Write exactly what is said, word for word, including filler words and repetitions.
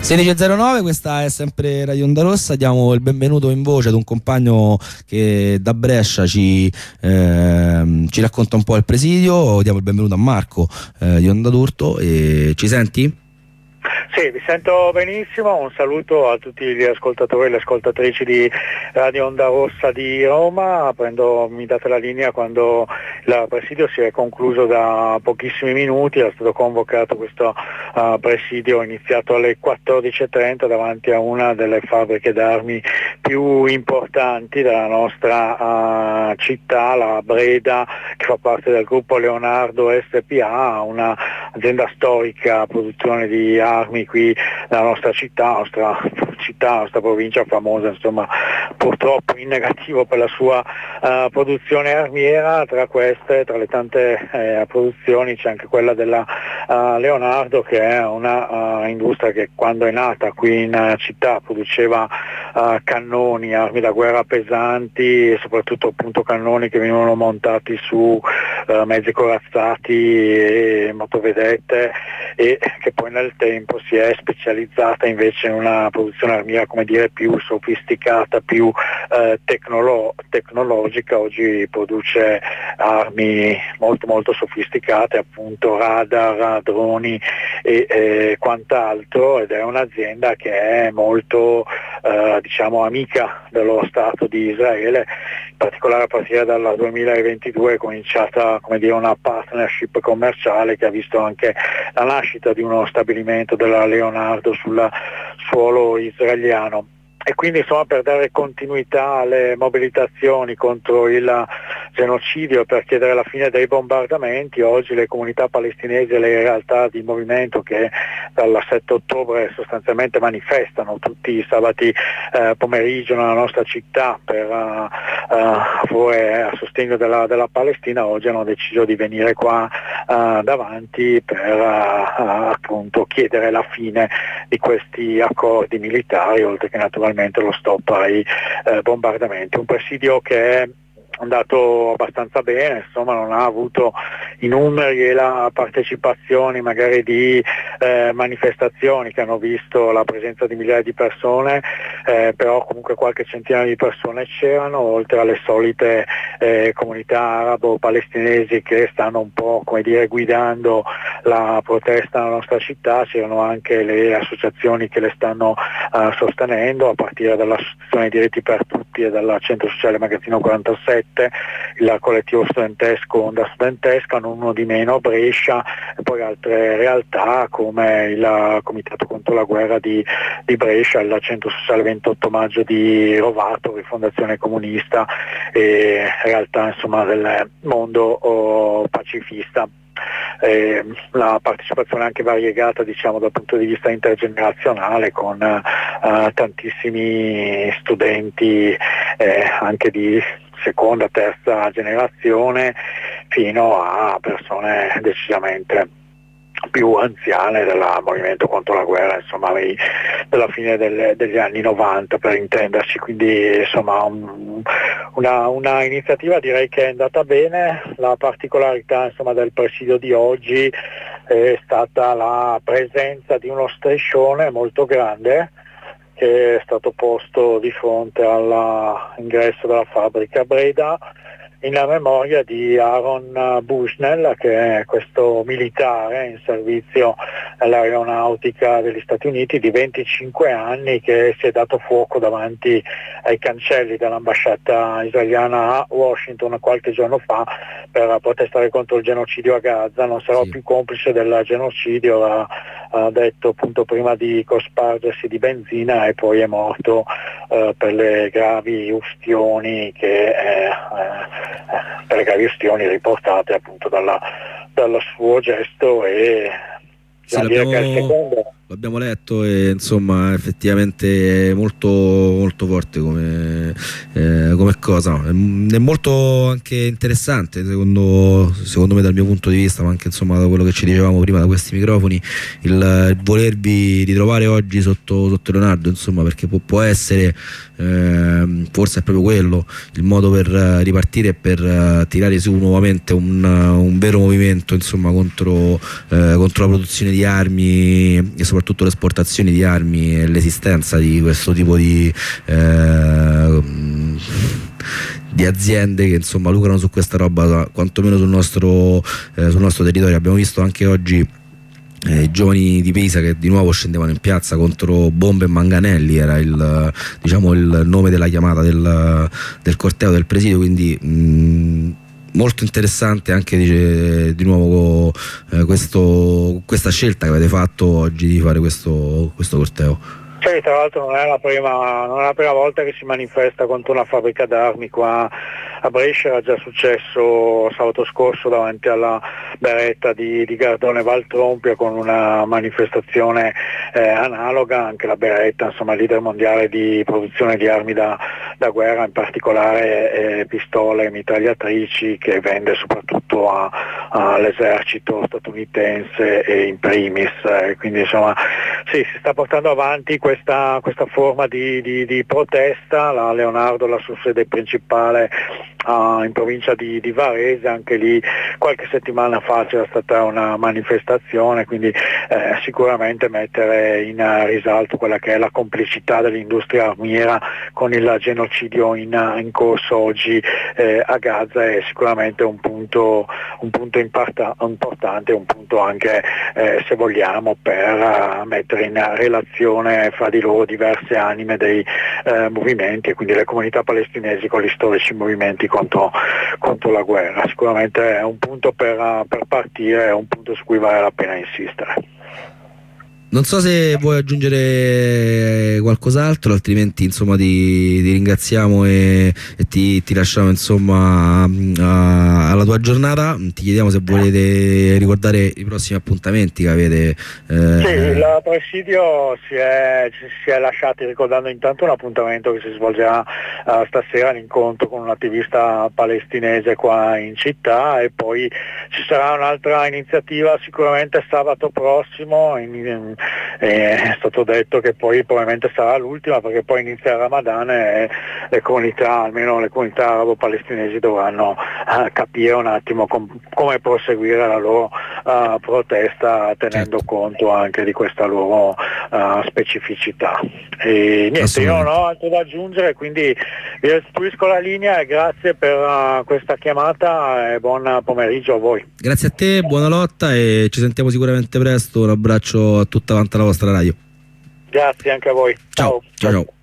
sedici e zero nove, questa è sempre Radio Onda Rossa. Diamo il benvenuto in voce ad un compagno che da Brescia ci, eh, ci racconta un po' il presidio. Diamo il benvenuto a Marco eh, di Onda d'Urto. E ci senti? Sì, vi sento benissimo, un saluto a tutti gli ascoltatori e le ascoltatrici di Radio Onda Rossa di Roma. Prendo, mi date la linea quando il presidio si è concluso da pochissimi minuti. È stato convocato questo uh, presidio iniziato alle quattordici e trenta davanti a una delle fabbriche d'armi più importanti della nostra uh, città, la Breda, che fa parte del gruppo Leonardo S P A, un'azienda storica a produzione di armi qui nella nostra città, nostra città, nostra provincia famosa, insomma, purtroppo in negativo per la sua uh, produzione armiera. Tra queste, tra le tante eh, produzioni, c'è anche quella della uh, Leonardo, che è una uh, industria che quando è nata qui in uh, città produceva uh, cannoni, armi da guerra pesanti e soprattutto appunto cannoni che venivano montati su uh, mezzi corazzati e motovedette, e che poi nel tempo si è specializzata invece in una produzione armiera, come dire, più sofisticata, più eh, tecnolo- tecnologica. Oggi produce armi molto molto sofisticate, appunto radar, droni e eh, quant'altro, ed è un'azienda che è molto eh, diciamo amica dello Stato di Israele. In particolare a partire dal duemilaventidue è cominciata, come dire, una partnership commerciale che ha visto anche la nascita di uno stabilimento della Leonardo sul suolo israeliano. E quindi, insomma, per dare continuità alle mobilitazioni contro il genocidio e per chiedere la fine dei bombardamenti, oggi le comunità palestinesi e le realtà di movimento che dal sette ottobre sostanzialmente manifestano tutti i sabati eh, pomeriggio nella nostra città per, uh, uh, a favore, a sostegno della, della Palestina, oggi hanno deciso di venire qua uh, davanti per uh, uh, appunto chiedere la fine di questi accordi militari, oltre che naturalmente lo stop ai eh, bombardamenti. Un presidio che è andato abbastanza bene, insomma, non ha avuto i numeri e la partecipazione magari di eh, manifestazioni che hanno visto la presenza di migliaia di persone, eh, però comunque qualche centinaio di persone c'erano, oltre alle solite eh, comunità arabo-palestinesi che stanno un po', come dire, guidando la protesta nella nostra città. C'erano anche le associazioni che le stanno uh, sostenendo, a partire dall'Associazione Diritti per Tutti e dal Centro Sociale Magazzino quarantasette, il collettivo studentesco Onda Studentesca, non uno di meno Brescia, e poi altre realtà come il Comitato contro la guerra di, di Brescia, il Centro Sociale ventotto maggio di Rovato, Rifondazione Comunista e realtà, insomma, del mondo oh, pacifista. Eh, la partecipazione è anche variegata, diciamo, dal punto di vista intergenerazionale, con uh, tantissimi studenti eh, anche di seconda, terza generazione, fino a persone decisamente più anziane del movimento contro la guerra, insomma, della fine del, degli anni novanta, per intenderci. Quindi, insomma, un, una, una iniziativa, direi, che è andata bene. La particolarità, insomma, del presidio di oggi è stata la presenza di uno striscione molto grande che è stato posto di fronte all'ingresso della fabbrica Breda, in memoria di Aaron Bushnell, che è questo militare in servizio all'aeronautica degli Stati Uniti di venticinque anni, che si è dato fuoco davanti ai cancelli dell'ambasciata israeliana a Washington qualche giorno fa per protestare contro il genocidio a Gaza. Non sarò sì. più complice del genocidio, ha, ha detto appunto prima di cospargersi di benzina, e poi è morto eh, per le gravi ustioni che eh, eh, per le gravi ustioni riportate appunto dalla, dal suo gesto. E sì, l'abbiamo, che è il secondo. L'abbiamo letto e, insomma, effettivamente è molto, molto forte come, eh, come cosa. È, è molto anche interessante, secondo, secondo me, dal mio punto di vista, ma anche, insomma, da quello che ci dicevamo prima da questi microfoni, il, il volervi ritrovare oggi sotto, sotto Leonardo, insomma, perché può, può essere eh, forse è proprio quello il modo per ripartire e per uh, tirare su nuovamente un, un vero movimento, insomma, contro, eh, contro la produzione di armi e soprattutto soprattutto le esportazioni di armi e l'esistenza di questo tipo di eh, di aziende che insomma lucrano su questa roba, quantomeno sul nostro, eh, sul nostro territorio. Abbiamo visto anche oggi Eh, i giovani di Pisa che di nuovo scendevano in piazza contro bombe e manganelli, era il, diciamo, il nome della chiamata del, del corteo del presidio, quindi mh, molto interessante anche di, di nuovo eh, questo, questa scelta che avete fatto oggi di fare questo, questo corteo. Sì, tra l'altro non è la prima, non è la prima volta che si manifesta contro una fabbrica d'armi qua a Brescia, era già successo sabato scorso davanti alla beretta di, di Gardone Valtrompia con una manifestazione eh, analoga. Anche la beretta, insomma, leader mondiale di produzione di armi da, da guerra, in particolare eh, pistole, mitragliatrici, che vende soprattutto a, all'esercito statunitense e in primis, eh, quindi insomma sì, si sta portando avanti questa, questa forma di, di, di protesta. La Leonardo, la sua sede principale uh, in provincia di, di Varese, anche lì qualche settimana fa c'era stata una manifestazione, quindi eh, sicuramente mettere in risalto quella che è la complicità dell'industria armiera con il genocidio in, in corso oggi eh, a Gaza è sicuramente un punto, un punto importa, importante, un punto anche eh, se vogliamo per uh, mettere in relazione fra di loro diverse anime dei eh, movimenti, e quindi le comunità palestinesi con gli storici movimenti contro, contro la guerra. Sicuramente è un punto per, per partire, è un punto su cui vale la pena insistere. Non so se vuoi aggiungere qualcos'altro, altrimenti insomma ti, ti ringraziamo e, e ti, ti lasciamo insomma a, alla tua giornata. Ti chiediamo se volete ricordare i prossimi appuntamenti che avete. Eh. Sì, il presidio si è, si è lasciati ricordando intanto un appuntamento che si svolgerà uh, stasera, l'incontro con un attivista palestinese qua in città, e poi ci sarà un'altra iniziativa sicuramente sabato prossimo. In, in, è stato detto che poi probabilmente sarà l'ultima, perché poi inizia il Ramadan e le comunità, almeno le comunità arabo-palestinesi, dovranno uh, capire un attimo com- come proseguire la loro uh, protesta, tenendo conto anche di questa loro uh, specificità. E niente, io non ho altro da aggiungere, quindi vi restituisco la linea e grazie per uh, questa chiamata e buon pomeriggio a voi. Grazie a te, buona lotta e ci sentiamo sicuramente presto. Un abbraccio a tutta quanta la vostra radio. Grazie anche a voi. Ciao. Ciao. Ciao. Ciao.